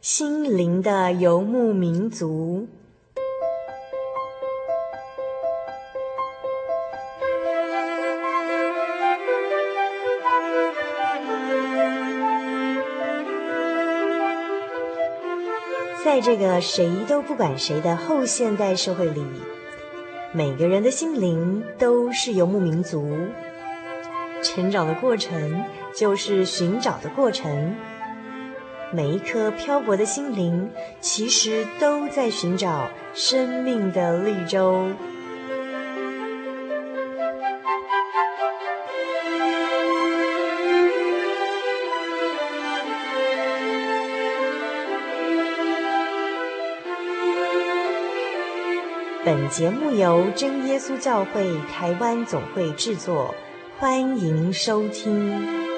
心灵的游牧民族。在这个谁都不管谁的后现代社会里，每个人的心灵都是游牧民族。成长的过程就是寻找的过程，每一颗漂泊的心灵其实都在寻找生命的绿洲。本节目由真耶稣教会台湾总会制作，欢迎收听。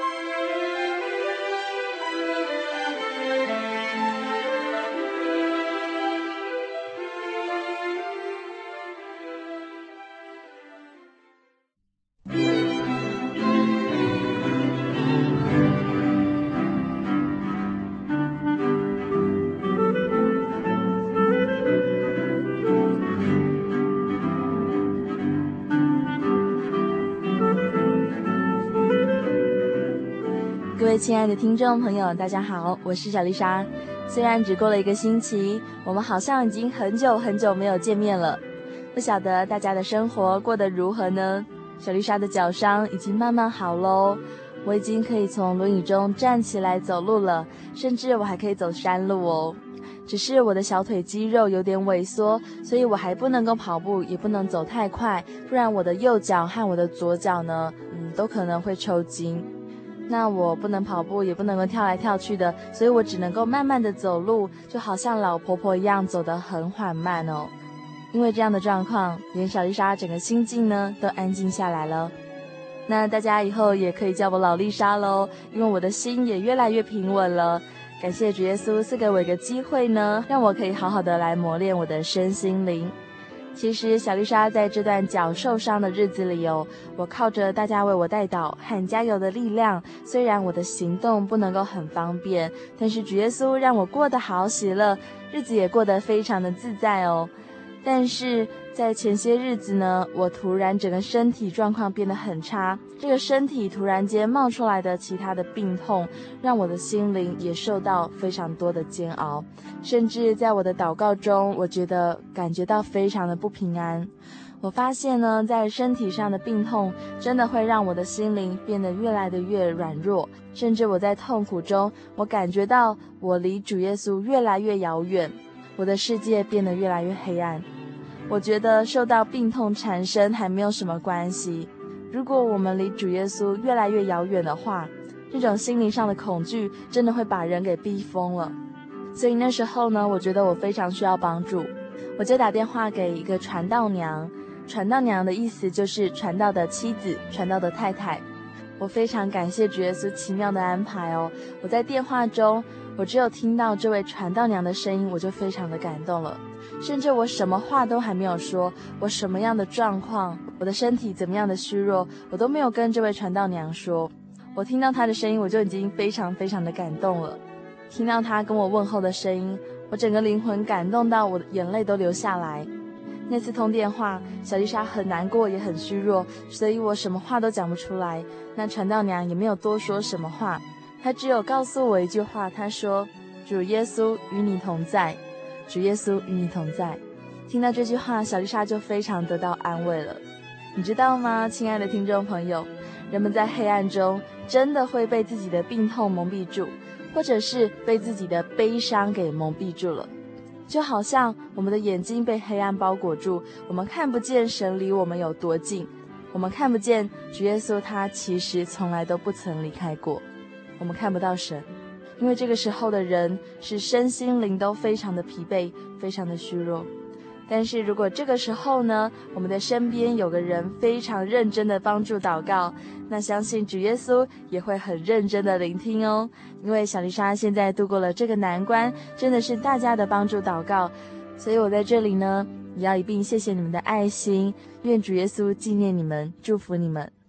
各位亲爱的听众朋友，大家好，我是小丽莎。虽然只过了1个星期，我们好像已经很久没有见面了。不晓得大家的生活过得如何呢？小丽莎的脚伤已经慢慢好咯，我已经可以从轮椅中站起来走路了，甚至我还可以走山路哦。只是我的小腿肌肉有点萎缩，所以我还不能够跑步，也不能走太快，不然我的右脚和我的左脚呢，都可能会抽筋。那我不能跑步，也不能够跳来跳去的，所以我只能够慢慢的走路，就好像老婆婆一样走得很缓慢哦。因为这样的状况，连小丽莎整个心境呢都安静下来了。那大家以后也可以叫我老丽莎咯，因为我的心也越来越平稳了。感谢主耶稣赐给我一个机会呢，让我可以好好的来磨练我的身心灵。其实小丽莎在这段脚受伤的日子里我靠着大家为我代祷和加油的力量，虽然我的行动不能够很方便，但是主耶稣让我过得好喜乐，日子也过得非常的自在哦。但是在前些日子呢，我突然整个身体状况变得很差，这个身体突然间冒出来的其他的病痛，让我的心灵也受到非常多的煎熬，甚至在我的祷告中，我感觉到非常的不平安。我发现呢，在身体上的病痛真的会让我的心灵变得越来的越软弱，甚至我在痛苦中，我感觉到我离主耶稣越来越遥远，我的世界变得越来越黑暗。我觉得受到病痛缠身还没有什么关系，如果我们离主耶稣越来越遥远的话，这种心灵上的恐惧真的会把人给逼疯了。所以那时候呢，我觉得我非常需要帮助，我就打电话给一个传道娘。传道娘的意思就是传道的妻子，传道的太太。我非常感谢主耶稣奇妙的安排哦。我在电话中，我只有听到这位传道娘的声音，我就非常的感动了。甚至我什么话都还没有说，我什么样的状况，我的身体怎么样的虚弱，我都没有跟这位传道娘说。我听到她的声音，我就已经非常的感动了。听到她跟我问候的声音，我整个灵魂感动到我的眼泪都流下来。那次通电话，小丽莎很难过也很虚弱，所以我什么话都讲不出来。那传道娘也没有多说什么话，她只有告诉我一句话，她说：主耶稣与你同在，主耶稣与你同在。听到这句话，小丽莎就非常得到安慰了。你知道吗，亲爱的听众朋友，人们在黑暗中真的会被自己的病痛蒙蔽住，或者是被自己的悲伤给蒙蔽住了。就好像我们的眼睛被黑暗包裹住，我们看不见神离我们有多近，我们看不见主耶稣他其实从来都不曾离开过，我们看不到神。因为这个时候的人是身心灵都非常的疲惫，非常的虚弱。但是如果这个时候呢，我们的身边有个人非常认真的帮助祷告，那相信主耶稣也会很认真的聆听哦。因为小丽莎现在度过了这个难关，真的是大家的帮助祷告，所以我在这里呢也要一并谢谢你们的爱心，愿主耶稣纪念你们，祝福你们。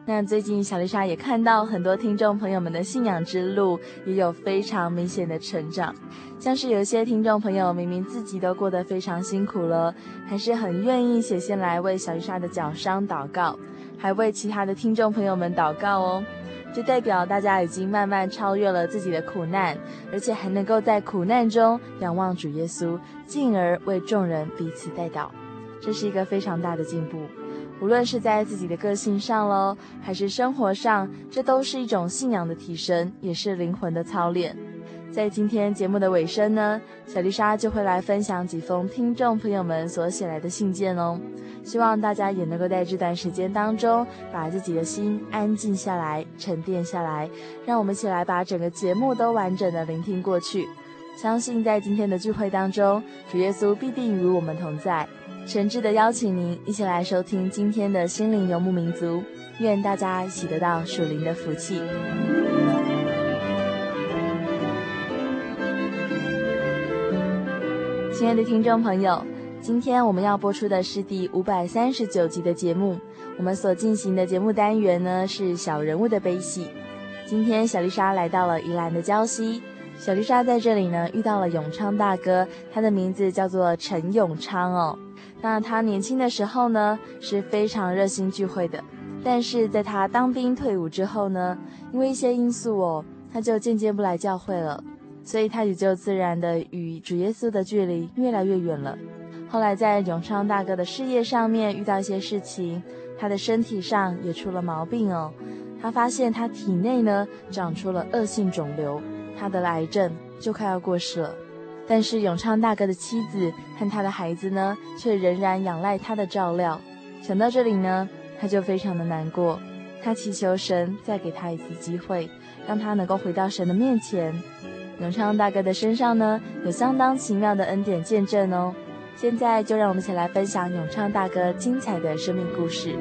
那最近小丽莎也看到很多听众朋友们的信仰之路也有非常明显的成长，像是有一些听众朋友明明自己都过得非常辛苦了，还是很愿意写信来为小丽莎的脚伤祷告，还为其他的听众朋友们祷告哦。就代表大家已经慢慢超越了自己的苦难，而且还能够在苦难中仰望主耶稣，进而为众人彼此代祷，这是一个非常大的进步。无论是在自己的个性上咯，还是生活上，这都是一种信仰的提升，也是灵魂的操练。在今天节目的尾声呢，小丽莎就会来分享几封听众朋友们所写来的信件哦。希望大家也能够在这段时间当中，把自己的心安静下来，沉淀下来，让我们一起来把整个节目都完整的聆听过去。相信在今天的聚会当中，主耶稣必定与我们同在。诚挚的邀请您一起来收听今天的心灵游牧民族，愿大家一起得到属灵的福气。亲爱的听众朋友，今天我们要播出的是第539集的节目，我们所进行的节目单元呢是小人物的悲喜。今天小丽莎来到了宜兰的礁溪，小丽莎在这里呢遇到了永昌大哥，他的名字叫做陈永昌哦。那他年轻的时候呢是非常热心聚会的，但是在他当兵退伍之后呢，因为一些因素哦，他就渐渐不来教会了，所以他也就自然的与主耶稣的距离越来越远了。后来在永昌大哥的事业上面遇到一些事情，他的身体上也出了毛病哦。他发现他体内呢长出了恶性肿瘤，他得了癌症，就快要过世了。但是永昌大哥的妻子和他的孩子呢，却仍然仰赖他的照料。想到这里呢，他就非常的难过。他祈求神再给他一次机会，让他能够回到神的面前。永昌大哥的身上呢，有相当奇妙的恩典见证哦。现在就让我们一起来分享永昌大哥精彩的生命故事。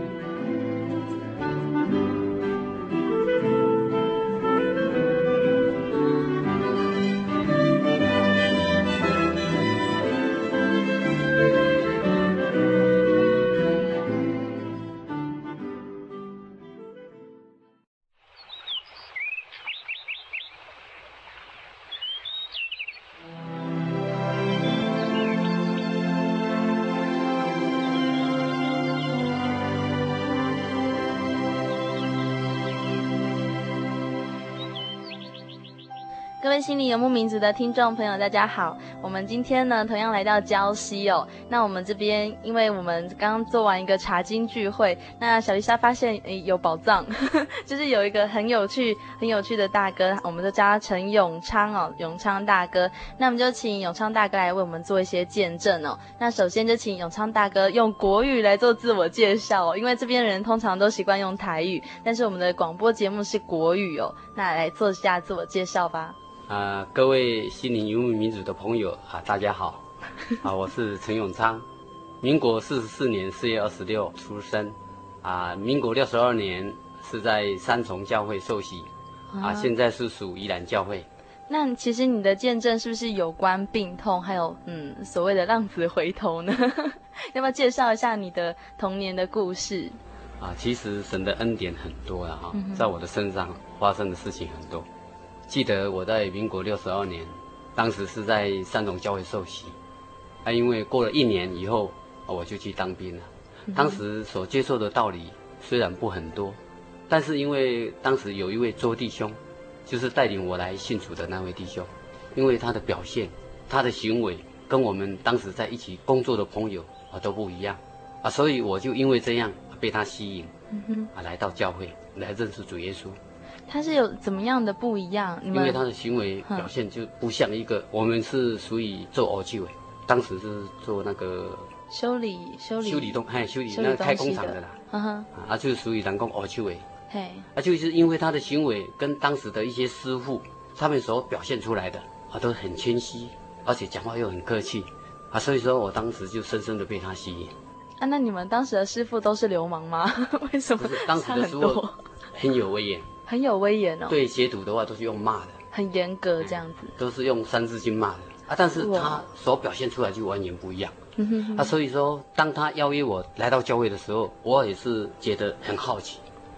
各位心灵游牧民族的听众朋友大家好，我们今天呢同样来到礁溪哦。那我们这边因为我们刚做完一个查经聚会，那小丽莎发现有宝藏就是有一个很有趣的大哥，我们就叫他陈永昌哦，永昌大哥。那我们就请永昌大哥来为我们做一些见证哦。那首先就请永昌大哥用国语来做自我介绍哦，因为这边人通常都习惯用台语，但是我们的广播节目是国语哦。那来做一下自我介绍吧。 各位心灵游牧民族的朋友大家好我是陈永昌，民国44年4月26出生民国62年是在三重教会受洗现在是属宜兰教会。 那其实你的见证是不是有关病痛，还有所谓的浪子回头呢？要不要介绍一下你的童年的故事？ 其实神的恩典很多了在我的身上发生的事情很多。记得我在民国62年，当时是在三重教会受洗，因为过了1年以后，我就去当兵了。当时所接受的道理虽然不很多，但是因为当时有一位周弟兄，就是带领我来信主的那位弟兄，因为他的表现、他的行为跟我们当时在一起工作的朋友都不一样所以我就因为这样被他吸引来到教会来认识主耶稣。 他是有怎么样的不一样？ 因为他的行为表现就不像一个，我们是属于做欧气委，当时是做那个修理那个开工厂的啦，就是属于人工欧气委。就是因为他的行为跟当时的一些师傅他们所表现出来的都很谦虚，而且讲话又很客气所以说我当时就深深的被他吸引。 那你们当时的师傅都是流氓吗？为什么？ 当时的师傅很有威严。 很有威严哦。 对学徒的话都是用骂的， 很严格这样子， 都是用三字经骂的但是他所表现出来就完全不一样所以说当他邀约我来到教会的时候，我也是觉得很好奇，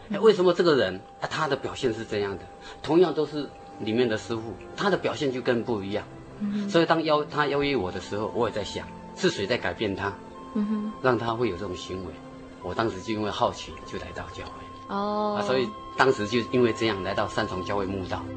为什么这个人他的表现是这样的？同样都是里面的师傅，他的表现就跟不一样。所以当他邀约我的时候，我也在想，是谁在改变他，让他会有这种行为。我当时就因为好奇，就来到教会。所以当时就因为这样来到三重教会慕道。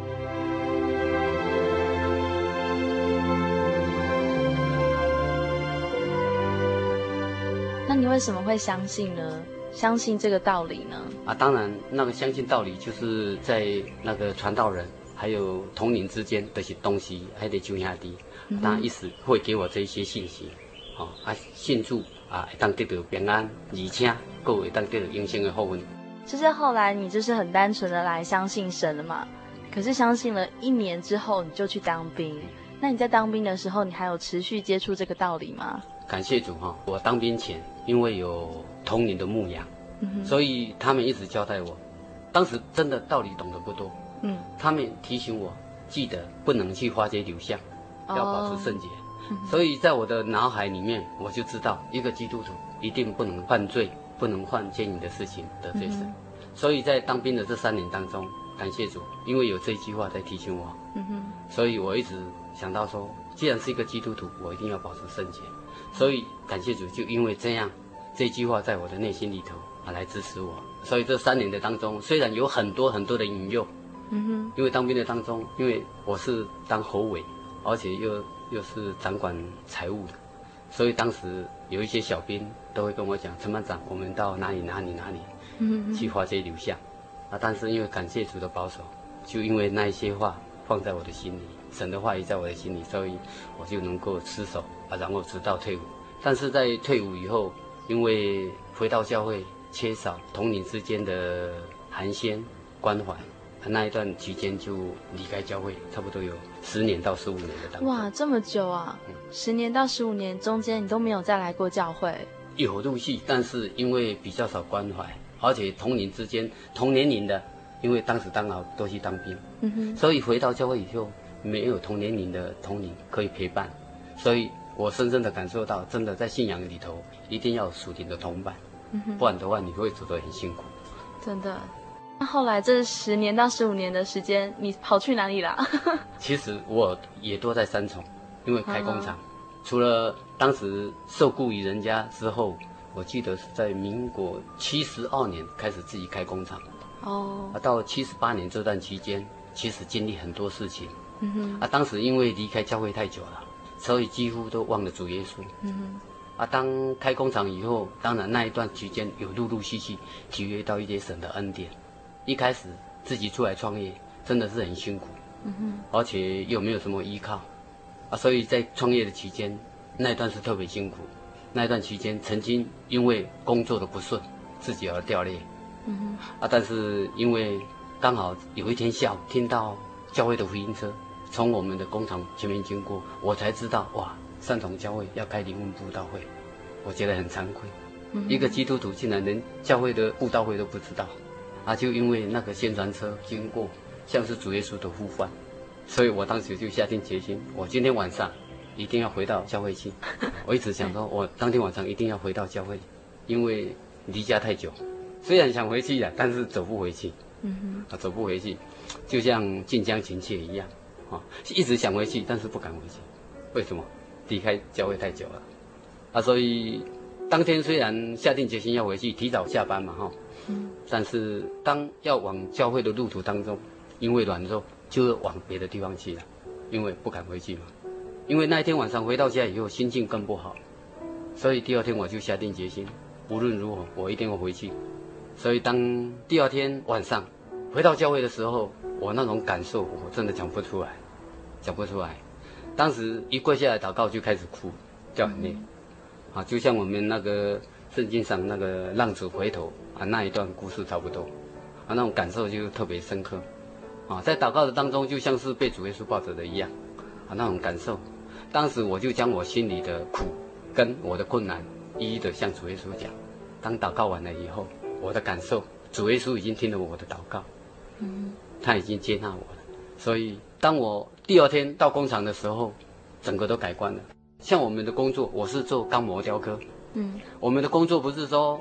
那你为什么会相信呢？相信这个道理呢？ 当然，那个相信道理就是在那个传道人还有同龄之间的些东西，还得就兄弟，他一直会给我这一些信息，信主会当得到平安，而且各会当得到永生的福分。 就是后来你就是很单纯的来相信神了嘛，可是相信了1年之后你就去当兵，那你在当兵的时候，你还有持续接触这个道理吗？ 感谢主我当兵前因为有同龄的牧养，所以他们一直交代我，当时真的道理懂得不多，他们提醒我记得不能去花街留巷，要保持圣洁。所以在我的脑海里面，我就知道一个基督徒一定不能犯罪，不能犯奸淫的事情得罪神。所以在当兵的这3年当中，感谢主，因为有这一句话在提醒我，所以我一直想到说，既然是一个基督徒，我一定要保持圣洁。所以感谢主，就因为这样，这句话在我的内心里头来支持我。所以这3年的当中，虽然有很多很多的引诱，因为当兵的当中，因为我是当侯委，而且又是掌管财务的，所以当时有一些小兵都会跟我讲，陈班长，我们到哪里去花街留巷。但是因为感谢主的保守，就因为那一些话放在我的心里，神的话语在我的心里，所以我就能够持守然后直到退伍。但是在退伍以后，因为回到教会缺少同龄之间的寒暄关怀，那一段期间就离开教会，差不多有10年到15年的当中。 哇，这么久啊！10年到15年中间，你都没有再来过教会？ 有入戏，但是因为比较少关怀，而且同龄之间同年龄的，因为当时刚好都去当兵，所以回到教会以后，没有同年龄的同龄可以陪伴，所以我深深的感受到，真的在信仰里头一定要有属灵的同伴，不然的话你会走得很辛苦。 真的。那后来这10年到15年的时间，你跑去哪里了？ 其实我也都在三重，因为开工厂，除了当时受雇于人家之后，我记得是在民国72年开始自己开工厂。到78年这段期间，其实经历很多事情。当时因为离开教会太久了，所以几乎都忘了主耶稣。当开工厂以后，当然那一段期间有陆陆续续体会到一些神的恩典。一开始自己出来创业，真的是很辛苦，而且又没有什么依靠，所以在创业的期间，那一段是特别辛苦。那一段期间，曾经因为工作的不顺，自己而掉泪。但是因为刚好有一天下午听到教会的福音车从我们的工厂前面经过，我才知道哇，三重教会要开灵恩布道会，我觉得很惭愧，一个基督徒竟然连教会的布道会都不知道。就因为那个宣传车经过，像是主耶稣的呼唤，所以我当时就下定决心，我今天晚上一定要回到教会去。我一直想说，我当天晚上一定要回到教会，因为离家太久，虽然想回去了，但是走不回去。走不回去，就像近乡情怯一样，一直想回去，但是不敢回去。为什么？离开教会太久了。所以当天虽然下定决心要回去，提早下班嘛，但是当要往教会的路途当中，因为软弱，就往别的地方去了，因为不敢回去嘛。因为那一天晚上回到家以后，心境更不好，所以第二天我就下定决心，无论如何我一定要回去。所以当第二天晚上回到教会的时候，我那种感受我真的讲不出来。当时一跪下来祷告就开始哭，掉眼泪，就像我们那个圣经上那个浪子回头那一段故事差不多，那种感受就特别深刻，在祷告的当中就像是被主耶稣抱着的一样，那种感受。当时我就将我心里的苦跟我的困难一一的向主耶稣讲。当祷告完了以后，我的感受，主耶稣已经听了我的祷告，他已经接纳我了。所以当我第二天到工厂的时候，整个都改观了。像我们的工作，我是做钢模雕刻，我们的工作不是说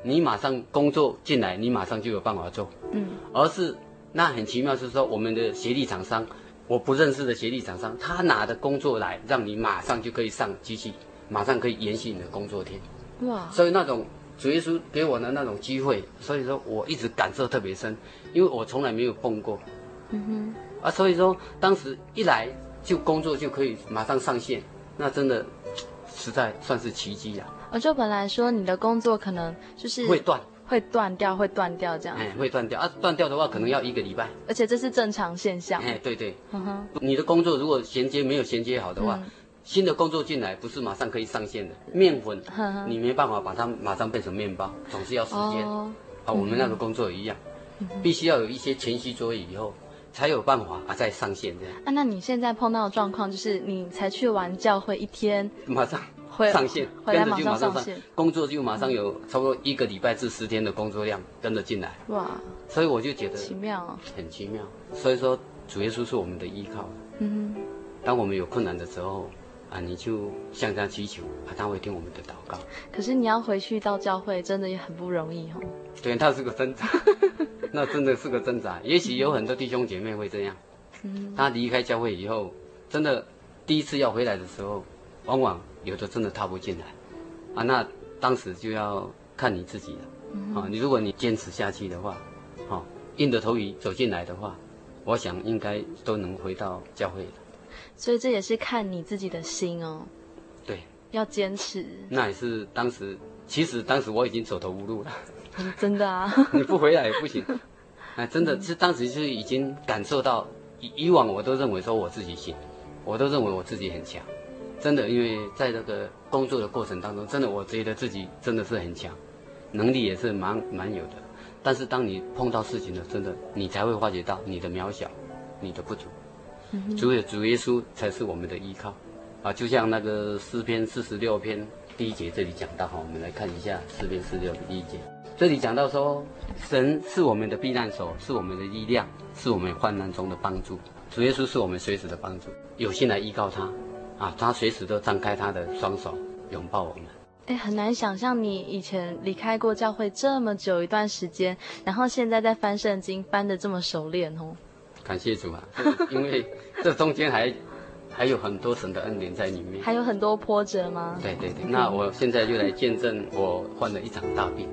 你马上工作进来，你马上就有办法做，而是那很奇妙，是说我们的协力厂商，我不认识的协力厂商，他拿的工作来，让你马上就可以上机器，马上可以延续你的工作天。哇！所以那种主耶稣给我的那种机会，所以说我一直感受特别深，因为我从来没有碰过。所以说当时一来就工作就可以马上上线，那真的实在算是奇迹啦。 就本来说你的工作可能就是会断掉这样。 会断掉断掉的话可能要1个礼拜， 而且这是正常现象。 对，你的工作如果没有衔接好的话，新的工作进来不是马上可以上线的。面粉你没办法把它马上变成面包，总是要时间。我们那个工作也一样，必须要有一些前期作业以后才有办法再上线这样。 那你现在碰到的状况就是你才去完教会1天， 马上上线， 回来马上上线， 工作就马上有差不多1个礼拜至10天的工作量跟着进来。哇！所以我就觉得奇妙哦， 很奇妙。所以说主耶稣是我们的依靠。当我们有困难的时候你就向他祈求他会听我们的祷告。 可是你要回去到教会，真的也很不容易哦。 对，那是个挣扎，那真的是个挣扎。也许有很多弟兄姐妹会这样，他离开教会以后，真的第一次要回来的时候，往往有的真的踏不进来，那当时就要看你自己了。你如果你坚持下去的话，硬着头皮走进来的话，我想应该都能回到教会的。 所以这也是看你自己的心哦。 对， 要坚持。那也是其实当时我已经走投无路了。 真的啊。 你不回来也不行。真的是当时就已经感受到，以往我都认为说我自己行，我都认为我自己很强。真的，因为在这个工作的过程当中，真的我觉得自己真的是很强，能力也是蛮有的。但是当你碰到事情了，真的你才会发觉到你的渺小，你的不足。主耶稣才是我们的依靠就像那个诗篇46篇第1节这里讲到我们来看一下诗篇46的第1节，这里讲到说，神是我们的避难所，是我们的力量，是我们患难中的帮助。主耶稣是我们随时的帮助，有心来依靠他他随时都张开他的双手拥抱我们。 很难想象你以前离开过教会这么久一段时间，然后现在在翻圣经翻得这么熟练哦。 感谢主因为这中间还有很多神的恩典在里面， 还有很多波折吗？ 对，那我现在就来见证我患了一场大病。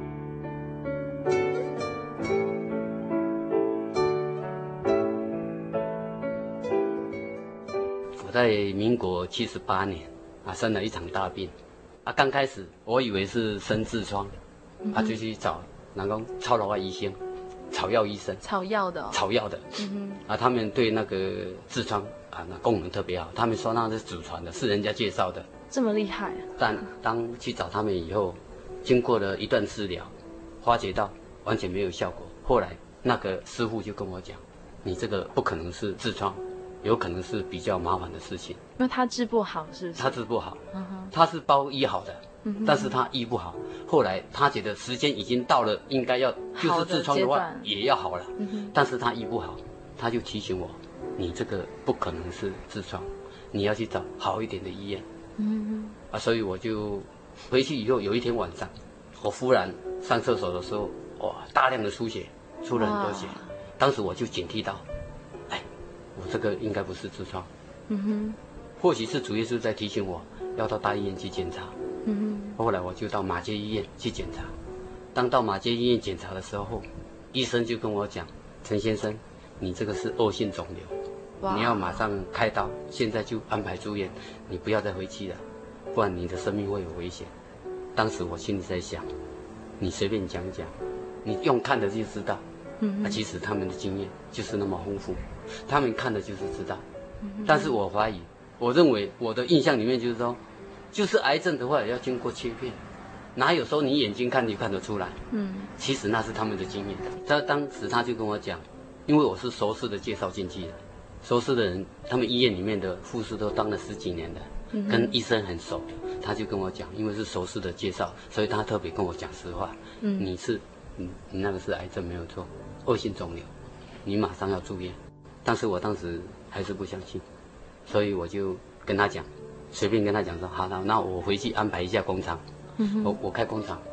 我在民国78年生了一场大病刚开始我以为是生痔疮就去找人讲草药医生，草药医生， 草药的他们对那个痔疮那功能特别好，他们说那是祖传的，是人家介绍的， 这么厉害但当去找他们以后，经过了一段治疗，发觉到完全没有效果。后来那个师傅就跟我讲，你这个不可能是痔疮，有可能是比较麻烦的事情。 因为他治不好是不是？ 他治不好他是包医好的但是他医不好，后来他觉得时间已经到了，应该要就是痔疮的话也要好了但是他医不好，他就提醒我，你这个不可能是痔疮，你要去找好一点的医院所以我就回去以后，有一天晚上我忽然上厕所的时候，大量的出血，出了很多血，当时我就警惕到，我这个应该不是痔疮或许是主耶稣在提醒我要到大医院去检查后来我就到马偕医院去检查。当到马偕医院检查的时候，医生就跟我讲，陈先生，你这个是恶性肿瘤，你要马上开刀，现在就安排住院，你不要再回去了，不然你的生命会有危险。当时我心里在想，你随便讲讲，你用看的就知道其实他们的经验就是那么丰富，他们看的就是知道但是我怀疑，我认为我的印象里面就是说，就是癌症的话也要经过切片，哪有说你眼睛看就看得出来其实那是他们的经验。当时他就跟我讲，因为我是熟识的介绍进去的，熟识的人，他们医院里面的护士都当了10几年的跟医生很熟，他就跟我讲，因为是熟识的介绍，所以他特别跟我讲实话你那个是癌症没有错，恶性肿瘤，你马上要住院。但是我当时还是不相信，所以我就跟他讲，随便跟他讲说，好，那我回去安排一下工厂我开工厂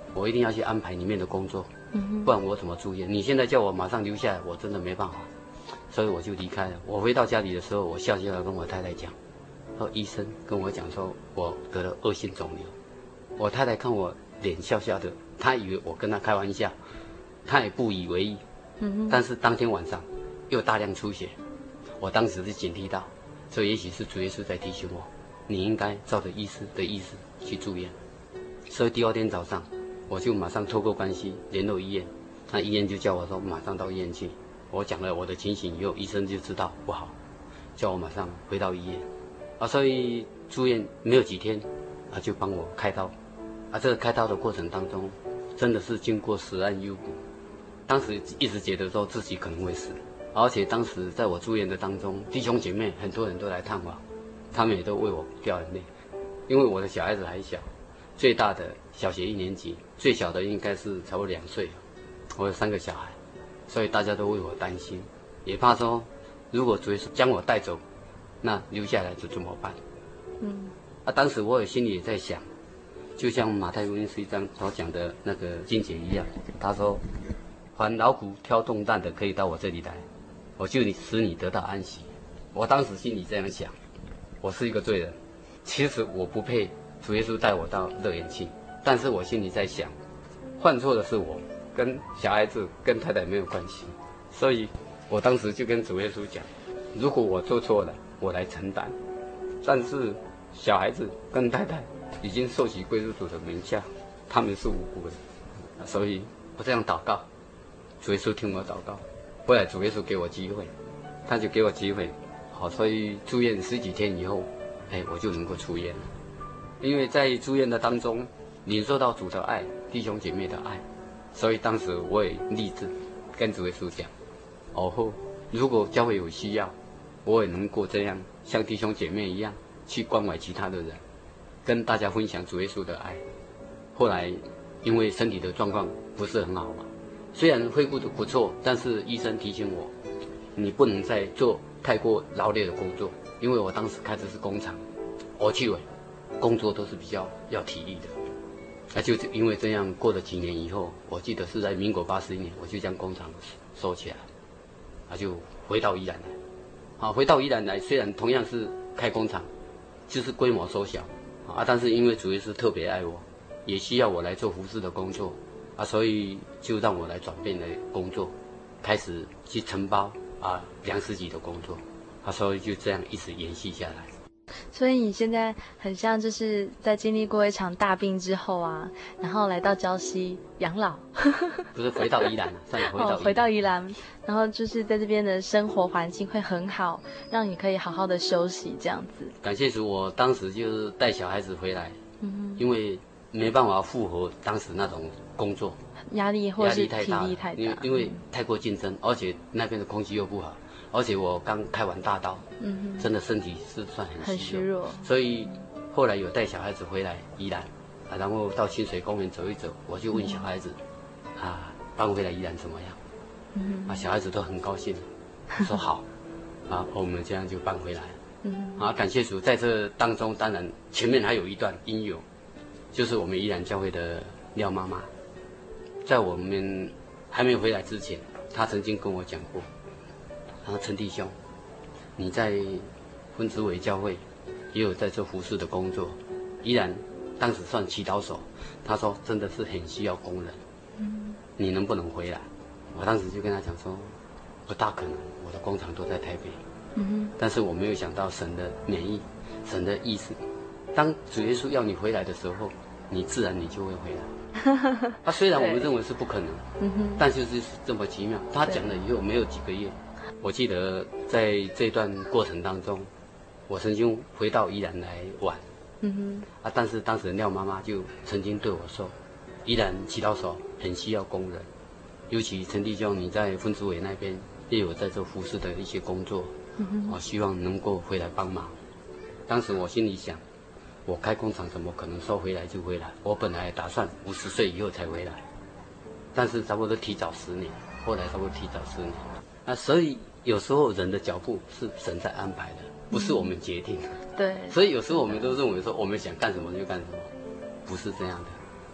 我一定要去安排里面的工作，不然我怎么住院？你现在叫我马上留下来，我真的没办法，所以我就离开了。我回到家里的时候，我笑笑的跟我太太讲，说医生跟我讲说我得了恶性肿瘤。我太太看我脸笑笑的，她以为我跟她开玩笑，她也不以为意。但是当天晚上又大量出血，我当时是警惕到，所以也许是主耶稣在提醒我，你应该照着医师的意思去住院。所以第二天早上，我就马上透过关系联络医院，那医院就叫我说马上到医院去。我讲了我的情形以后，医生就知道不好，叫我马上回到医院。所以住院没有几天，就帮我开刀。这个开刀的过程当中，真的是经过死岸幽谷。当时一直觉得说自己可能会死，而且当时在我住院的当中，弟兄姐妹很多人都来探望，他们也都为我掉眼泪，因为我的小孩子还小，最大的小学1年级，最小的应该是差不多2岁，我有3个小孩，所以大家都为我担心，也怕说如果主耶稣将我带走，那留下来就怎么办？当时我也心里也在想，就像马太福音11章所讲的那个经节一样，他说凡劳苦挑重担的可以到我这里来，我就使你得到安息。我当时心里这样想，我是一个罪人，其实我不配主耶稣带我到乐园去，但是我心里在想，犯错的是我，跟小孩子跟太太没有关系，所以我当时就跟主耶稣讲，如果我做错了，我来承担，但是小孩子跟太太已经受洗归入主的名下，他们是无辜的，所以我这样祷告，主耶稣听我祷告，后来主耶稣给我机会，他就给我机会，所以住院10几天以后，我就能够出院了。因为在住院的当中，领受到主的爱，弟兄姐妹的爱，所以当时我也立志跟主耶稣讲，后如果教会有需要，我也能够这样像弟兄姐妹一样去关怀其他的人，跟大家分享主耶稣的爱。后来因为身体的状况不是很好嘛，虽然恢复的不错，但是医生提醒我，你不能再做太过劳累的工作，因为我当时开的是工厂，我去工作都是比较要体力的。就因为这样过了几年以后，我记得是在民国81年，我就将工厂收起来，就回到宜兰来。回到宜兰来，虽然同样是开工厂，就是规模缩小，但是因为主耶稣特别爱我，也需要我来做服侍的工作，所以就让我来转变的工作，开始去承包粮食局的工作，所以就这样一直延续下来。 所以你现在很像就是在经历过一场大病之后然后来到礁溪养老， 不是回到宜兰，算回到宜兰，然后就是在这边的生活环境会很好，让你可以好好的休息这样子。 感谢主，我当时就是带小孩子回来，因为没办法复合当时那种工作， 压力或是体力太大， 因为太过竞争，而且那边的空气又不好。而且我刚开完大刀，真的身体是算很虚弱，所以后来有带小孩子回来宜兰，然后到清水公园走一走，我就问小孩子，搬回来宜兰怎么样？小孩子都很高兴，说好，我们这样就搬回来了。感谢主，在这当中，当然前面还有一段因由，就是我们宜兰教会的廖妈妈，在我们还没有回来之前，她曾经跟我讲过。陈弟兄，你在分子委教会也有在做服侍的工作，依然当时算祈祷手。他说真的是很需要工人，你能不能回来？我当时就跟他讲说，不大可能，我的工厂都在台北。但是我没有想到神的美意，神的意思。当主耶稣要你回来的时候，你自然你就会回来。虽然我们认为是不可能，但就是这么奇妙。他讲了以后没有几个月。我记得在这段过程当中，我曾经回到宜兰来玩，但是当时廖妈妈就曾经对我说，宜兰祈祷所很需要工人，尤其陈弟兄你在分子委那边也有在做服侍的一些工作，我希望能够回来帮忙。当时我心里想，我开工厂怎么可能说回来就回来？我本来打算50岁以后才回来，但是差不多提早10年，后来差不多提早10年。所以有时候人的脚步是神在安排的，不是我们决定的。 对。 所以有时候我们都认为说我们想干什么就干什么，不是这样的。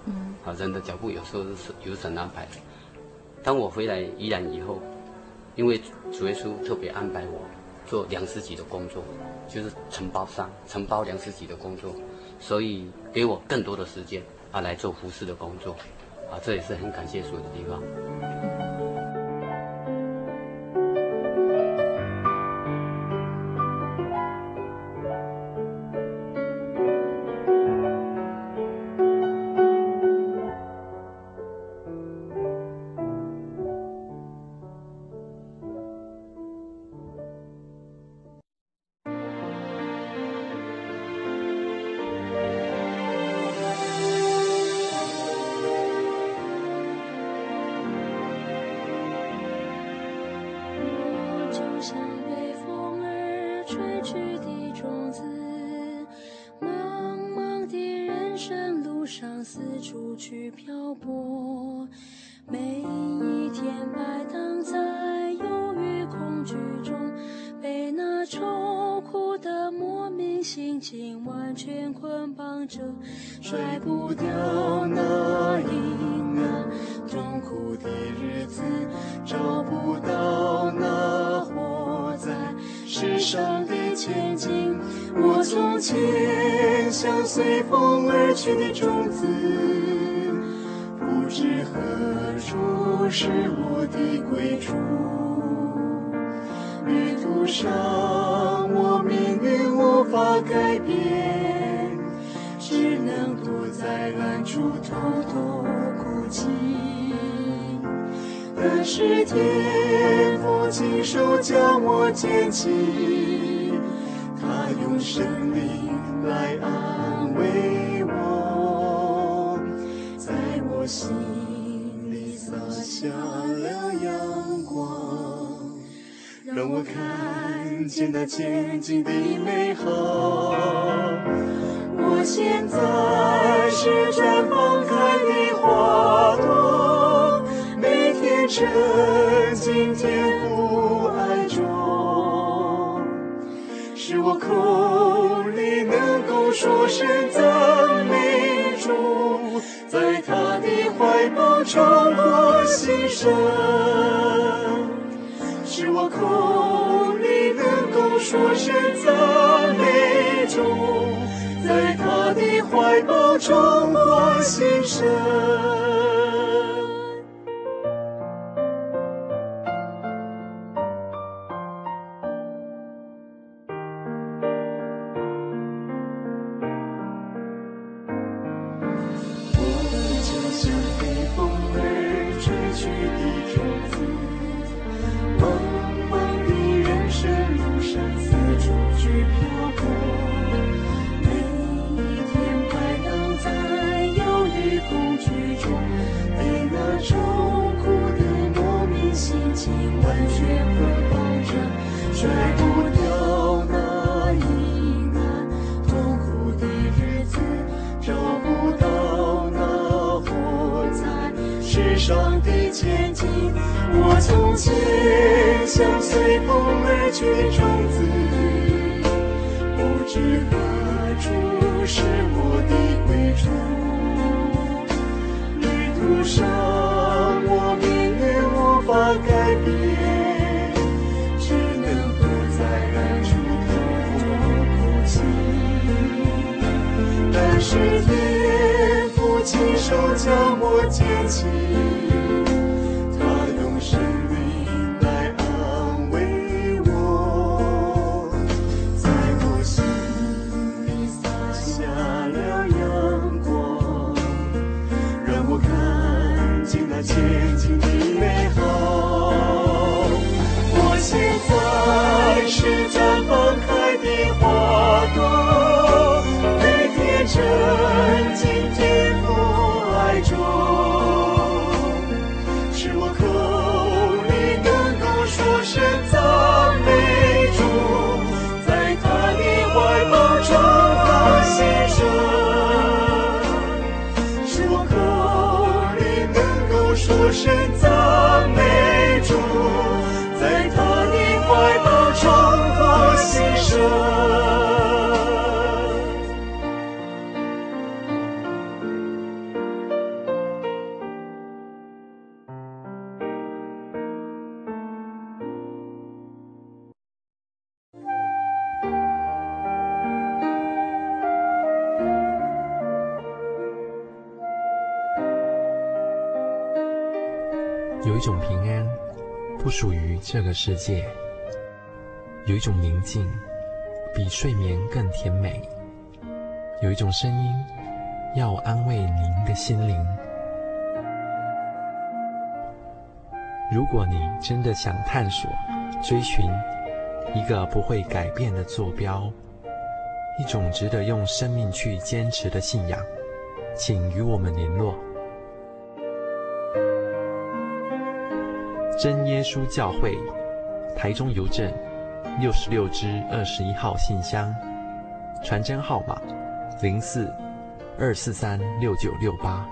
人的脚步有时候是由神安排的。当我回来宜兰以后，因为主耶稣特别安排我做粮食局的工作，就是承包粮食局的工作，所以给我更多的时间来做服侍的工作，这也是很感谢主的地方。 甩不掉那阴暗痛苦的日子，找不到那活在世上的前景。我从前像随风而去的种子，不知何处是我的归处。旅途上我命运无法改变，只能躲在暗处偷偷哭泣。但是天父亲手将我捡起，他用生命来安慰我，在我心里洒下了阳光，让我看见那前进的美好。我现在是绽放开的花朵，每天沉浸天父爱中，使我口里能够说声赞美主，在他的怀抱重获新生，使我口里能够说声赞美主，在他的怀抱重获新生。我就像被风儿吹去的种子，茫茫的人生路上四处去漂泊。恐惧中，被那愁苦的莫名心情完全捆绑着，甩不掉那阴暗痛苦的日子，找不到那活在世上的前景。我从前像随风而去的种子，不知何处是我的归处。路上我命运无法改变，只能躲在暗处偷哭泣。但是天父亲手将我捡起，他用生命来安慰我，在我心里洒下了阳光，让我看见那前进的美好。我现在是绽放开的花朵，每天沉浸天父爱中，使我口里能够说声赞美主，在他的怀抱重获新生，使我口里能够说声赞美主，在他的怀抱重获新生。 有一种平安不属于这个世界，有一种宁静比睡眠更甜美，有一种声音要安慰您的心灵。如果你真的想探索、追寻一个不会改变的坐标，一种值得用生命去坚持的信仰，请与我们联络。真耶稣教会，台中邮政66支21号信箱，传真号码04-243-6968。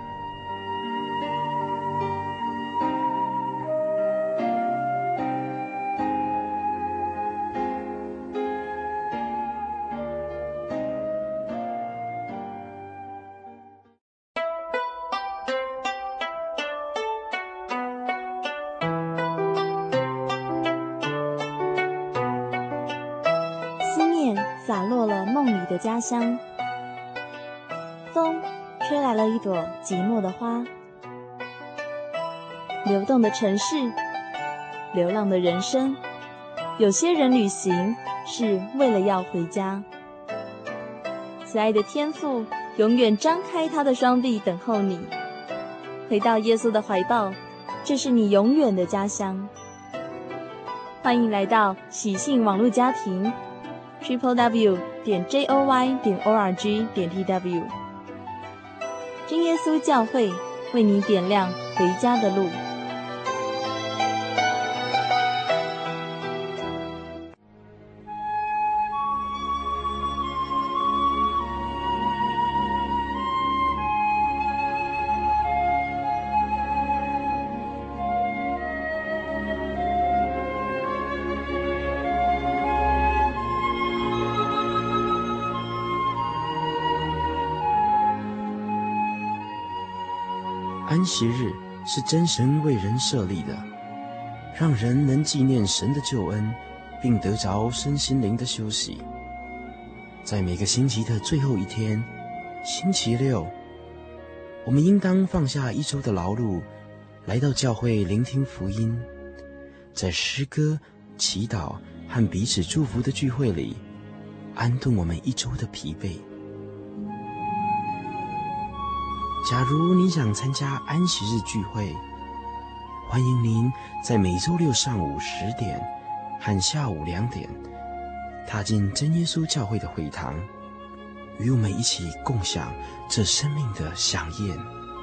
洒落了梦里的家乡，风吹来了一朵寂寞的花。流动的城市，流浪的人生，有些人旅行是为了要回家。慈爱的天父永远张开他的双臂等候你，回到耶稣的怀抱，这是你永远的家乡。欢迎来到喜信网络家庭www.joy.org.tw， 真耶稣教会为你点亮回家的路。 安息日是真神为人设立的，让人能纪念神的救恩，并得着身心灵的休息。在每个星期的最后一天，星期六，我们应当放下一周的劳碌，来到教会聆听福音，在诗歌、祈祷和彼此祝福的聚会里，安顿我们一周的疲惫。假如你想参加安息日聚会，欢迎您在每周六上午10点和下午2点踏进真耶稣教会的会堂，与我们一起共享这生命的飨宴。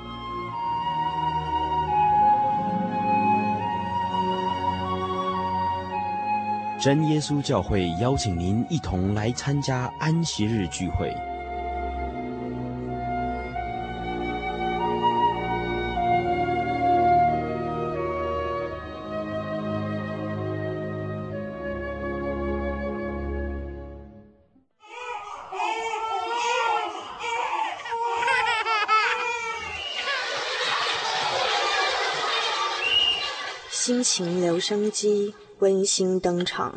真耶稣教会邀请您一同来参加安息日聚会。 心情留声机温馨登场。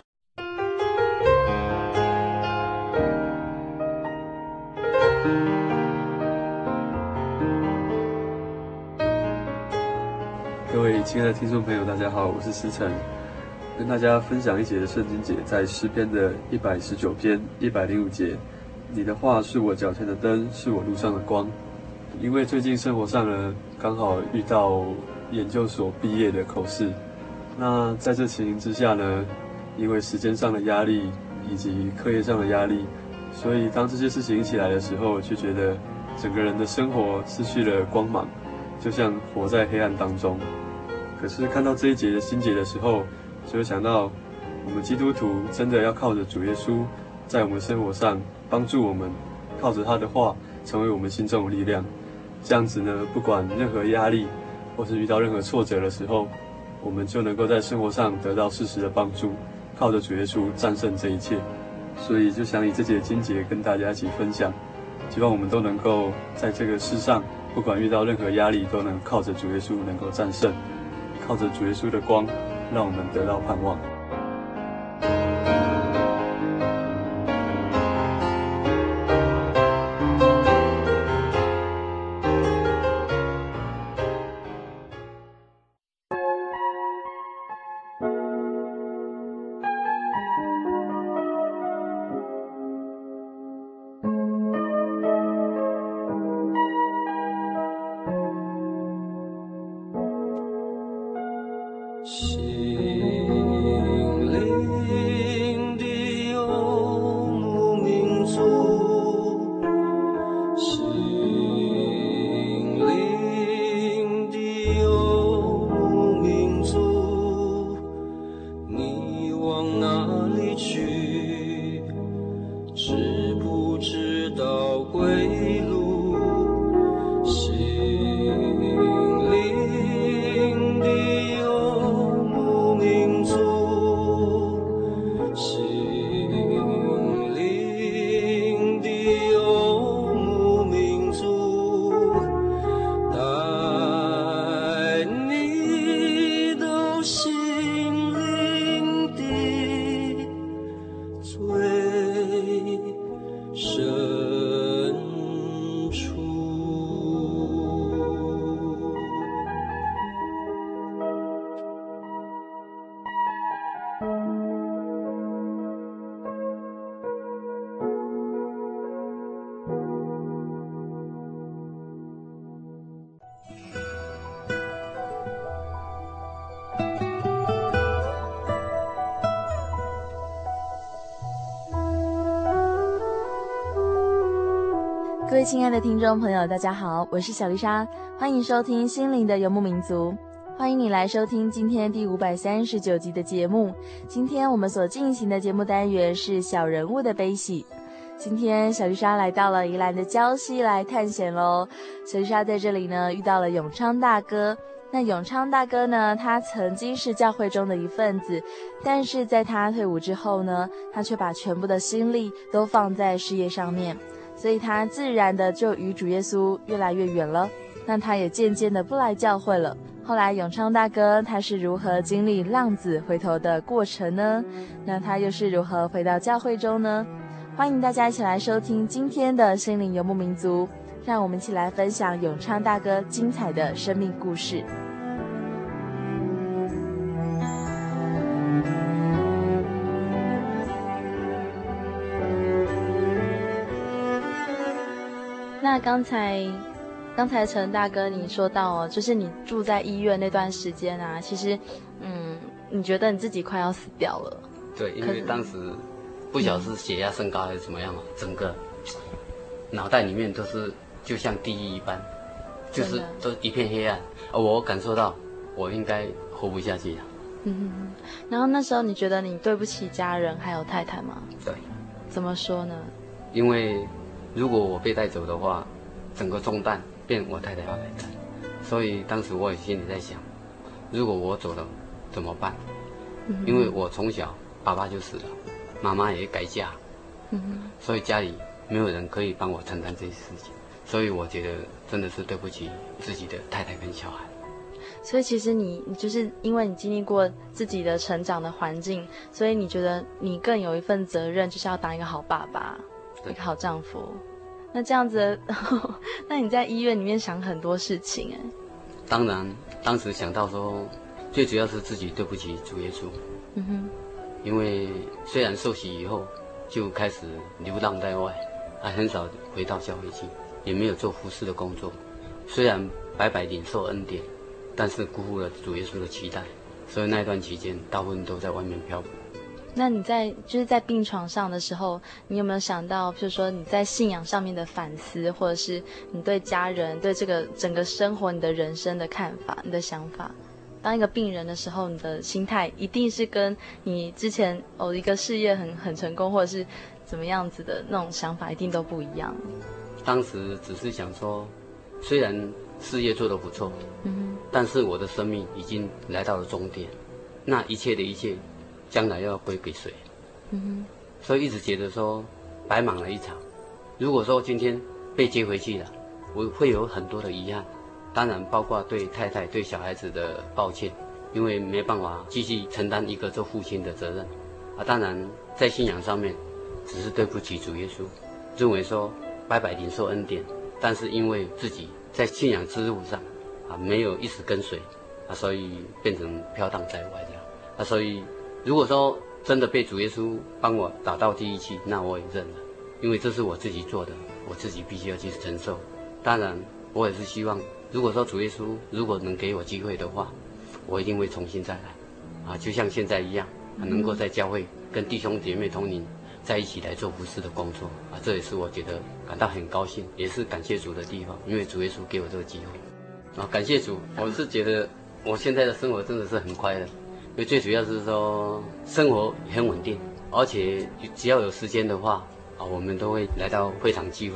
各位亲爱的听众朋友，大家好，我是思成，跟大家分享一节的圣经节，在诗篇的119篇105节，你的话是我脚前的灯，是我路上的光。因为最近生活上呢，刚好遇到研究所毕业的口试，那在这情形之下呢，因为时间上的压力以及课业上的压力，所以当这些事情一起来的时候，就觉得整个人的生活失去了光芒，就像活在黑暗当中。可是看到这一节的新节的时候，就会想到我们基督徒真的要靠着主耶稣在我们生活上帮助我们，靠着他的话成为我们心中的力量。这样子呢，不管任何压力或是遇到任何挫折的时候，我们就能够在生活上得到适时的帮助，靠着主耶稣战胜这一切。所以就想以这节经节跟大家一起分享，希望我们都能够在这个世上，不管遇到任何压力，都能靠着主耶稣能够战胜，靠着主耶稣的光，让我们得到盼望。 归路，心灵的游牧民族，心灵的游牧民族，带你到心灵的最深处。 各位亲爱的听众朋友，大家好，我是小丽莎，欢迎收听心灵的游牧民族，欢迎你来收听今天第539集的节目。今天我们所进行的节目单元是小人物的悲喜。今天小丽莎来到了宜兰的礁溪来探险咯。小丽莎在这里呢遇到了永昌大哥。那永昌大哥呢，他曾经是教会中的一份子，但是在他退伍之后呢，他却把全部的心力都放在事业上面，所以他自然的就与主耶稣越来越远了。那他也渐渐的不来教会了。后来永昌大哥他是如何经历浪子回头的过程呢？那他又是如何回到教会中呢？欢迎大家一起来收听今天的心灵游牧民族，让我们一起来分享永昌大哥精彩的生命故事。那刚才陈大哥你说到哦，就是你住在医院那段时间啊，其实你觉得你自己快要死掉了。 对，因为当时不晓得是血压升高还是怎么样嘛，整个脑袋里面都是就像地狱一般，就是都一片黑暗。我感受到我应该活不下去了。 然后那时候你觉得你对不起家人还有太太吗？ 对。 怎么说呢？ 因为如果我被带走的话，整个重担变我太太要来担，所以当时我也心里在想，如果我走了怎么办？因为我从小爸爸就死了，妈妈也改嫁，所以家里没有人可以帮我承担这些事情，所以我觉得真的是对不起自己的太太跟小孩。 所以其实你就是因为你经历过自己的成长的环境，所以你觉得你更有一份责任，就是要当一个好爸爸，一个好丈夫。那这样子那你在医院里面想很多事情。 当然当时想到说最主要是自己对不起主耶稣。因为虽然受洗以后就开始流浪在外，还很少回到教会去，也没有做服事的工作，虽然白白领受恩典，但是辜负了主耶稣的期待，所以那段期间大部分都在外面漂泊。 那你就是在病床上的时候，你有没有想到，比如说你在信仰上面的反思，或者是你对家人、对这个整个生活、你的人生的看法、你的想法？当一个病人的时候，你的心态一定是跟你之前一个事业很成功，或者是怎么样子的那种想法，一定都不一样。 当时只是想说，虽然事业做得不错，但是我的生命已经来到了终点，那一切的一切将来要归给谁？所以一直觉得说白忙了一场。如果说今天被接回去了，我会有很多的遗憾，当然包括对太太对小孩子的抱歉，因为没办法继续承担一个做父亲的责任当然在信仰上面只是对不起主耶稣，认为说白白领受恩典，但是因为自己在信仰之路上没有一直跟随所以变成飘荡在外这样所以如果说真的被主耶稣帮我打到地狱去，那我也认了，因为这是我自己做的，我自己必须要去承受。当然我也是希望，如果说主耶稣如果能给我机会的话，我一定会重新再来就像现在一样能够在教会跟弟兄姐妹同龄在一起来做服事的工作这也是我觉得感到很高兴，也是感谢主的地方，因为主耶稣给我这个机会感谢主。我是觉得我现在的生活真的是很快乐，因为最主要是说生活很稳定，而且只要有时间的话我们都会来到会场聚会，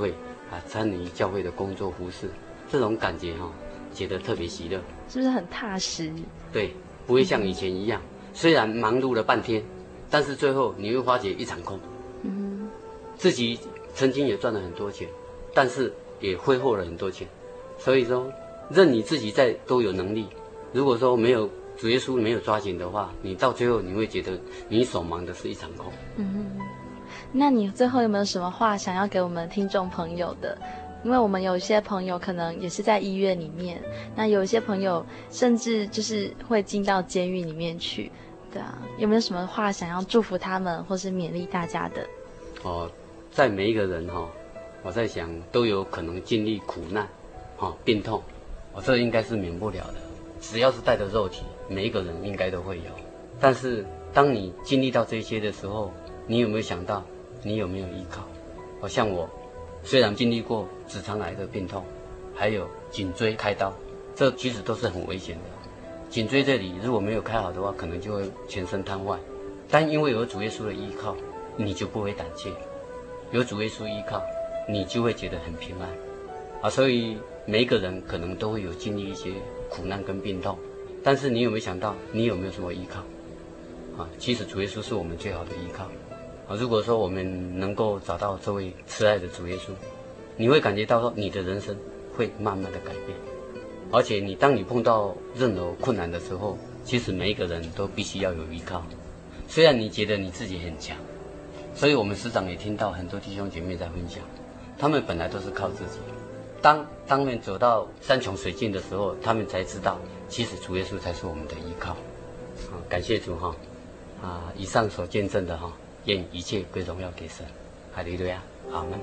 参与教会的工作服事，这种感觉觉得特别喜乐， 是不是很踏实？ 对，不会像以前一样，虽然忙碌了半天，但是最后你会发觉一场空。自己曾经也赚了很多钱，但是也挥霍了很多钱，所以说任你自己再都有能力，如果说没有主耶稣没有抓紧的话，你到最后你会觉得你所忙的是一场空。 那你最后有没有什么话想要给我们听众朋友的？因为我们有一些朋友可能也是在医院里面，那有一些朋友甚至就是会进到监狱里面去，对啊，有没有什么话想要祝福他们或是勉励大家的？ 在每一个人我在想都有可能经历苦难病痛，这应该是免不了的，只要是带着肉体，每一个人应该都会有。但是当你经历到这些的时候，你有没有想到你有没有依靠？像我虽然经历过直肠癌的病痛，还有颈椎开刀，这其实都是很危险的。颈椎这里如果没有开好的话，可能就会全身瘫痪，但因为有主耶稣的依靠，你就不会胆怯，有主耶稣依靠，你就会觉得很平安所以每一个人可能都会有经历一些苦难跟病痛，但是你有没有想到你有没有什么依靠其实主耶稣是我们最好的依靠如果说我们能够找到这位慈爱的主耶稣，你会感觉到说你的人生会慢慢的改变，而且当你碰到任何困难的时候，其实每一个人都必须要有依靠。虽然你觉得你自己很强，所以我们时常也听到很多弟兄姐妹在分享，他们本来都是靠自己，当他们走到山穷水尽的时候，他们才知道其实主耶稣才是我们的依靠感谢主以上所见证的愿一切归荣耀给神，哈利路亚，阿们。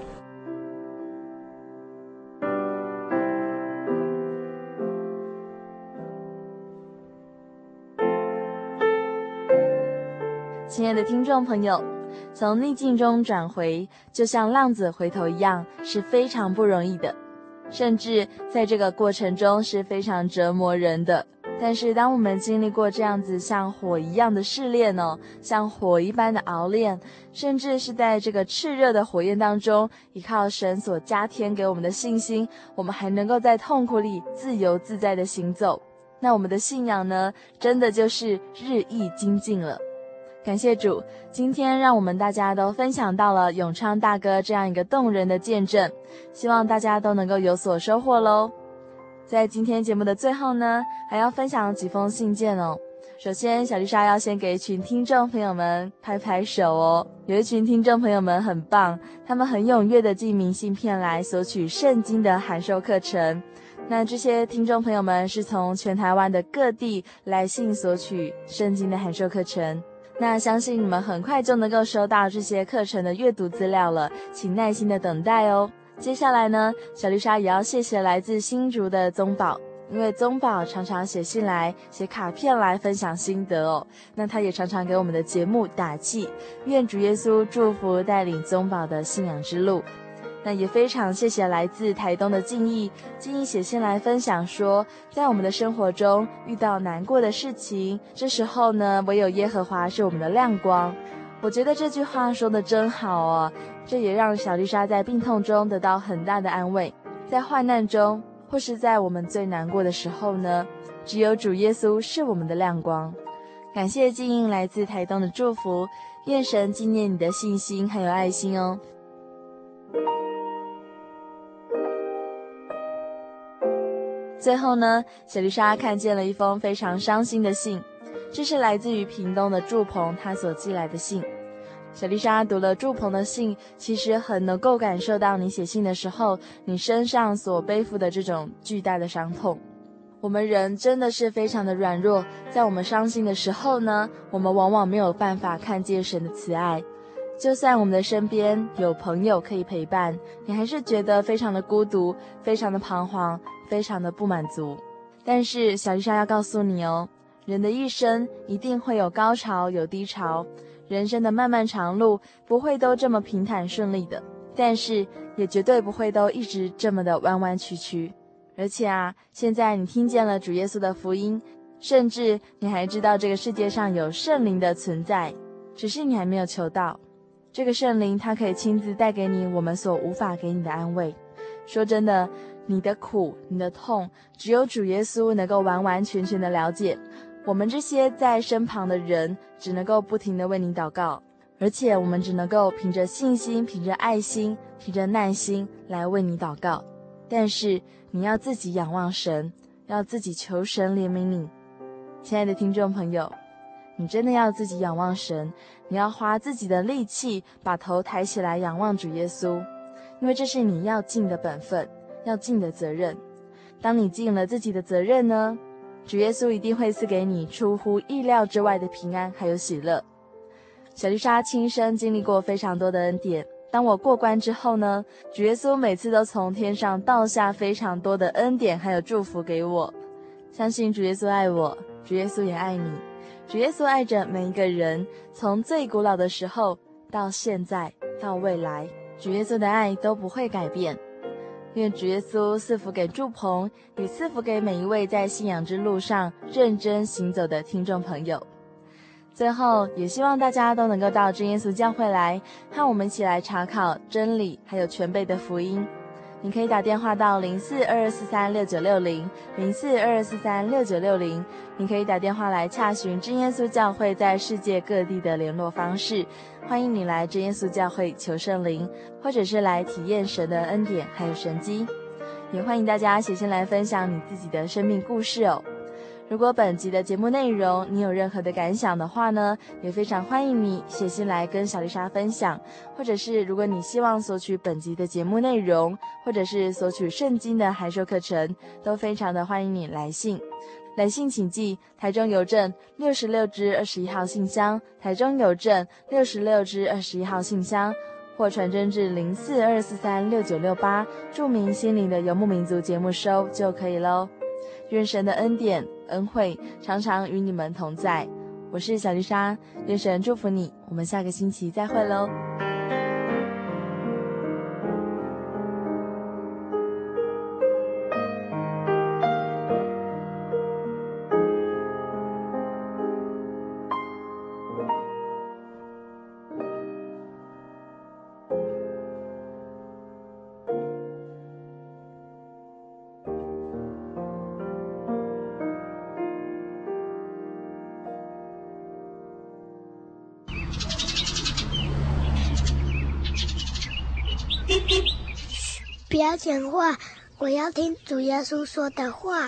亲爱的听众朋友，从逆境中转回，就像浪子回头一样，是非常不容易的，甚至在这个过程中是非常折磨人的。但是当我们经历过这样子像火一样的试炼像火一般的熬炼，甚至是在这个炽热的火焰当中，依靠神所加添给我们的信心，我们还能够在痛苦里自由自在的行走，那我们的信仰呢，真的就是日益精进了。感谢主，今天让我们大家都分享到了永昌大哥这样一个动人的见证，希望大家都能够有所收获咯。在今天节目的最后呢，还要分享几封信件首先小丽莎要先给一群听众朋友们拍拍手有一群听众朋友们很棒，他们很踊跃的寄明信片来索取圣经的函授课程。那这些听众朋友们是从全台湾的各地来信索取圣经的函授课程，那相信你们很快就能够收到这些课程的阅读资料了，请耐心的等待接下来呢，小丽莎也要谢谢来自新竹的宗宝，因为宗宝常常写信来写卡片来分享心得那他也常常给我们的节目打气，愿主耶稣祝福带领宗宝的信仰之路。那也非常谢谢来自台东的静义写信来分享说，在我们的生活中遇到难过的事情，这时候呢，唯有耶和华是我们的亮光。我觉得这句话说得真好这也让小丽莎在病痛中得到很大的安慰。在患难中或是在我们最难过的时候呢，只有主耶稣是我们的亮光。感谢静音来自台东的祝福，愿神纪念你的信心还有爱心最后呢，小丽莎看见了一封非常伤心的信，这是来自于屏东的祝鹏他所寄来的信。小丽莎读了祝鹏的信，其实很能够感受到你写信的时候，你身上所背负的这种巨大的伤痛。我们人真的是非常的软弱，在我们伤心的时候呢，我们往往没有办法看见神的慈爱。就算我们的身边有朋友可以陪伴，你还是觉得非常的孤独，非常的彷徨，非常的不满足。但是小丽莎要告诉你人的一生一定会有高潮有低潮，人生的漫漫长路不会都这么平坦顺利的，但是也绝对不会都一直这么的弯弯曲曲。而且现在你听见了主耶稣的福音，甚至你还知道这个世界上有圣灵的存在，只是你还没有求到。这个圣灵它可以亲自带给你我们所无法给你的安慰， 说真的，你的苦，你的痛，只有主耶稣能够完完全全的了解。我们这些在身旁的人，只能够不停的为你祷告，而且我们只能够凭着信心，凭着爱心，凭着耐心来为你祷告。但是你要自己仰望神，要自己求神怜悯你。亲爱的听众朋友，你真的要自己仰望神，你要花自己的力气，把头抬起来仰望主耶稣，因为这是你要尽的本分，要尽的责任。当你尽了自己的责任呢，主耶稣一定会赐给你出乎意料之外的平安还有喜乐。小丽莎亲身经历过非常多的恩典，当我过关之后呢，主耶稣每次都从天上倒下非常多的恩典还有祝福给我。相信主耶稣爱我，主耶稣也爱你，主耶稣爱着每一个人，从最古老的时候到现在到未来，主耶稣的爱都不会改变。愿主耶稣赐福给祝鹏，也赐福给每一位在信仰之路上认真行走的听众朋友。最后也希望大家都能够到真耶稣教会来，和我们一起来查考真理还有全备的福音。你可以打电话到0422436960 0422436960，你可以打电话来洽询真耶稣教会在世界各地的联络方式。欢迎你来真耶稣教会求圣灵，或者是来体验神的恩典还有神迹。也欢迎大家写信来分享你自己的生命故事哦。如果本集的节目内容你有任何的感想的话呢，也非常欢迎你写信来跟小丽莎分享，或者是如果你希望索取本集的节目内容，或者是索取圣经的函授课程，都非常的欢迎你来信。来信请寄台中邮政66支21号信箱，台中邮政66支21号信箱，或传真至0422436968，注明心灵的游牧民族节目收就可以咯。愿神的恩典恩惠常常与你们同在。我是小丽莎，愿神祝福你，我们下个星期再会咯。 不要讲话，我要听主耶稣说的话。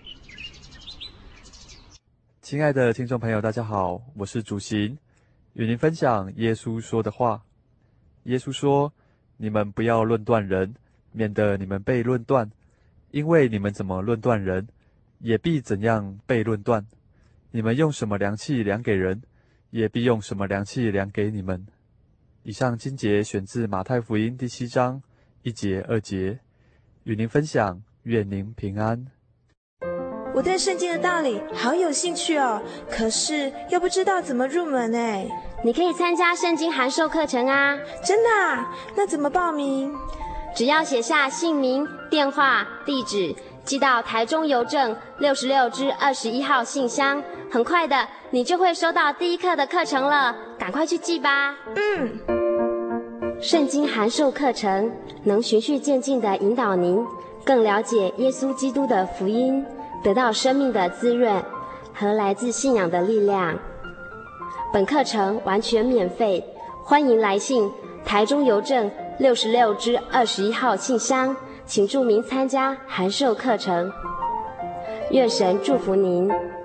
亲爱的听众朋友，大家好，我是主行，与您分享耶稣说的话。耶稣说：“你们不要论断人，免得你们被论断。因为你们怎么论断人，也必怎样被论断。你们用什么量器量给人，也必用什么量器量给你们。”以上经节选自马太福音第7章1节2节，与您分享，愿您平安。 我对圣经的道理好有兴趣哦，可是又不知道怎么入门哎。 你可以参加圣经函授课程啊。 真的啊？那怎么报名？ 只要写下姓名、电话、地址，寄到台中邮政66支21号信箱，很快的你就会收到第一课的课程了，赶快去寄吧。圣经函授课程能循序渐进地引导您更了解耶稣基督的福音，得到生命的滋润和来自信仰的力量。本课程完全免费，欢迎来信台中邮政66支21号信箱，请注明参加函授课程。愿神祝福您。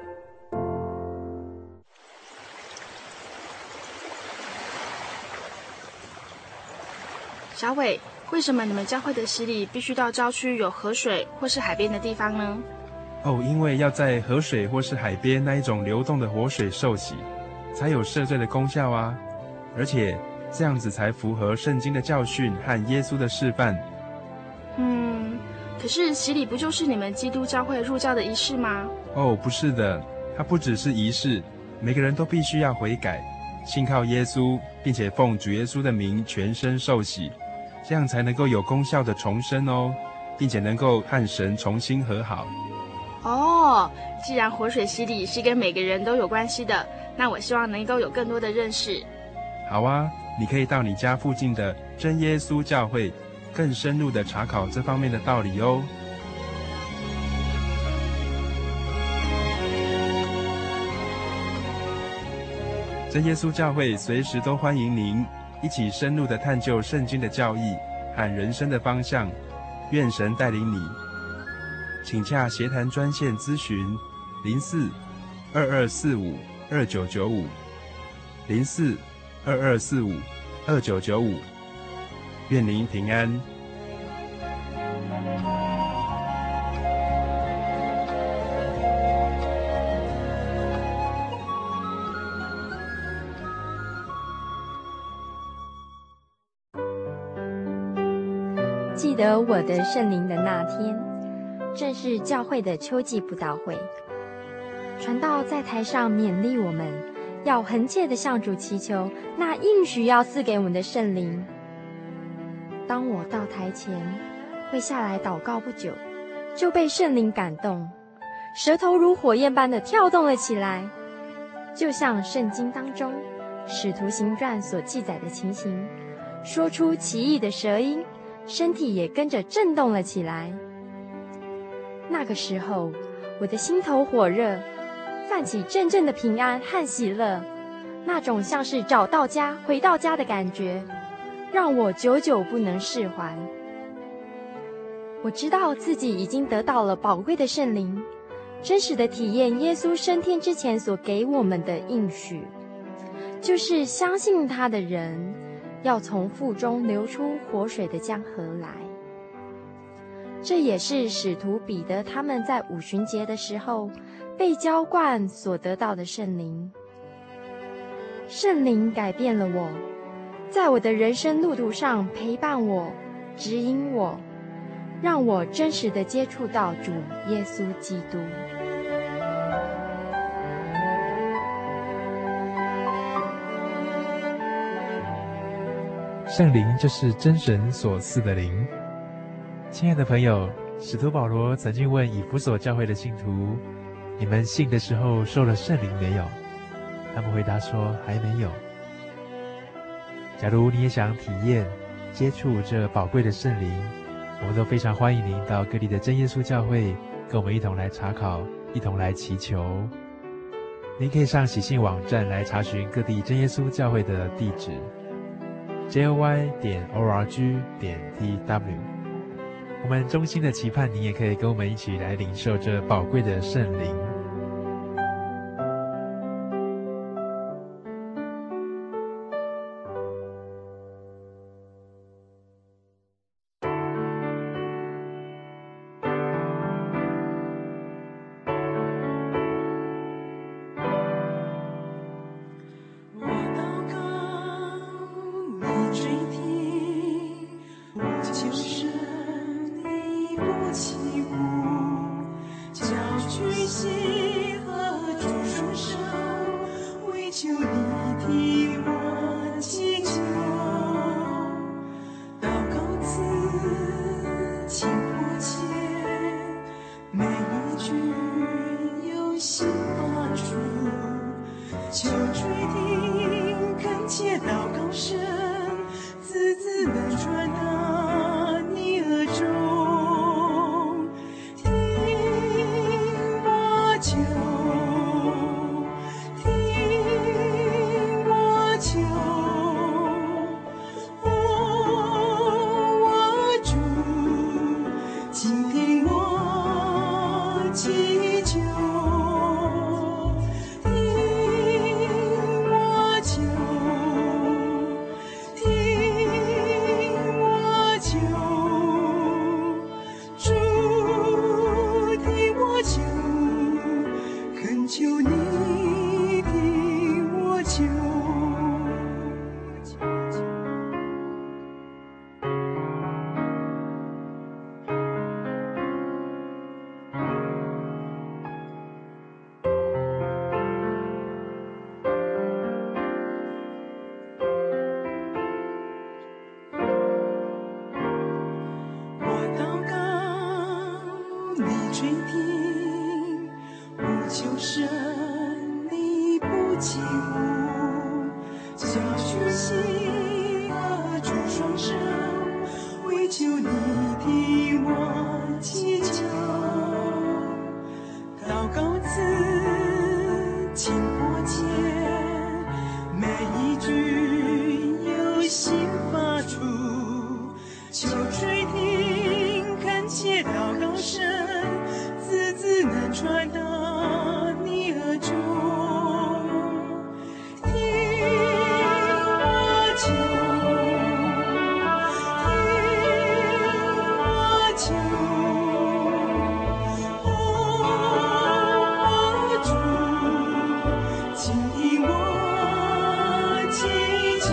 小伟，为什么你们教会的洗礼必须到郊区有河水或是海边的地方呢？ 因为要在河水或是海边那一种流动的活水受洗，才有赦罪的功效啊。而且这样子才符合圣经的教训和耶稣的示范。 可是洗礼不就是你们基督教会入教的仪式吗？ 不是的，它不只是仪式，每个人都必须要悔改，信靠耶稣，并且奉主耶稣的名全身受洗，这样才能够有功效的重生哦，并且能够和神重新和好。 既然活水洗礼是跟每个人都有关系的，那我希望能够有更多的认识。 好啊，你可以到你家附近的真耶稣教会， 更深入的查考这方面的道理哦。真耶稣教会随时都欢迎您一起深入的探究圣经的教义和人生的方向，愿神带领你。请洽协谈专线咨询04-2245-2995，04-2245-2995，愿您平安。 记得我的圣灵的那天，正是教会的秋季布道会。传道在台上勉励我们，要恒切地向主祈求那应许要赐给我们的圣灵。当我到台前会下来祷告不久，就被圣灵感动，舌头如火焰般的跳动了起来，就像圣经当中使徒行传所记载的情形，说出奇异的舌音，身体也跟着震动了起来。那个时候，我的心头火热，泛起阵阵的平安和喜乐，那种像是找到家、回到家的感觉，让我久久不能释怀。我知道自己已经得到了宝贵的圣灵，真实的体验耶稣升天之前所给我们的应许，就是相信他的人要从腹中流出活水的江河来。这也是使徒彼得他们在五旬节的时候被浇灌所得到的圣灵。圣灵改变了我，在我的人生路途上陪伴我、指引我，让我真实地接触到主耶稣基督。 圣灵就是真神所赐的灵。亲爱的朋友，使徒保罗曾经问以弗所教会的信徒，你们信的时候受了圣灵没有？他们回答说还没有。假如你也想体验接触这宝贵的圣灵，我们都非常欢迎您到各地的真耶稣教会跟我们一同来查考，一同来祈求。您可以上喜信网站来查询各地真耶稣教会的地址 joy.org.tw。 我们衷心的期盼您也可以跟我们一起来领受这宝贵的圣灵。 求恳切祷告声，字字能传达你耳中。听我求，听我求，哦主，请听我祈求。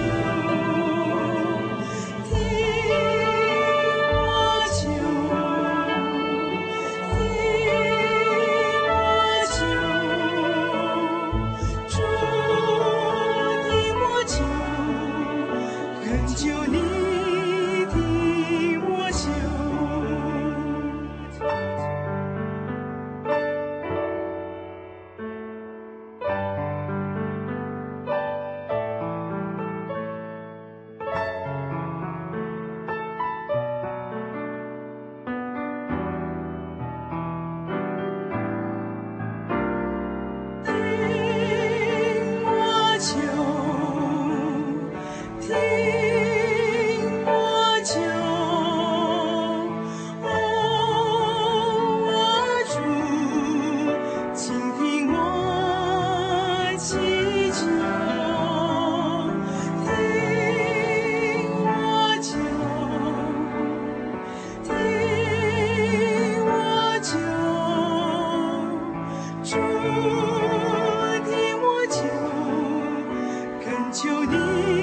求你听我求。听我求，听。求你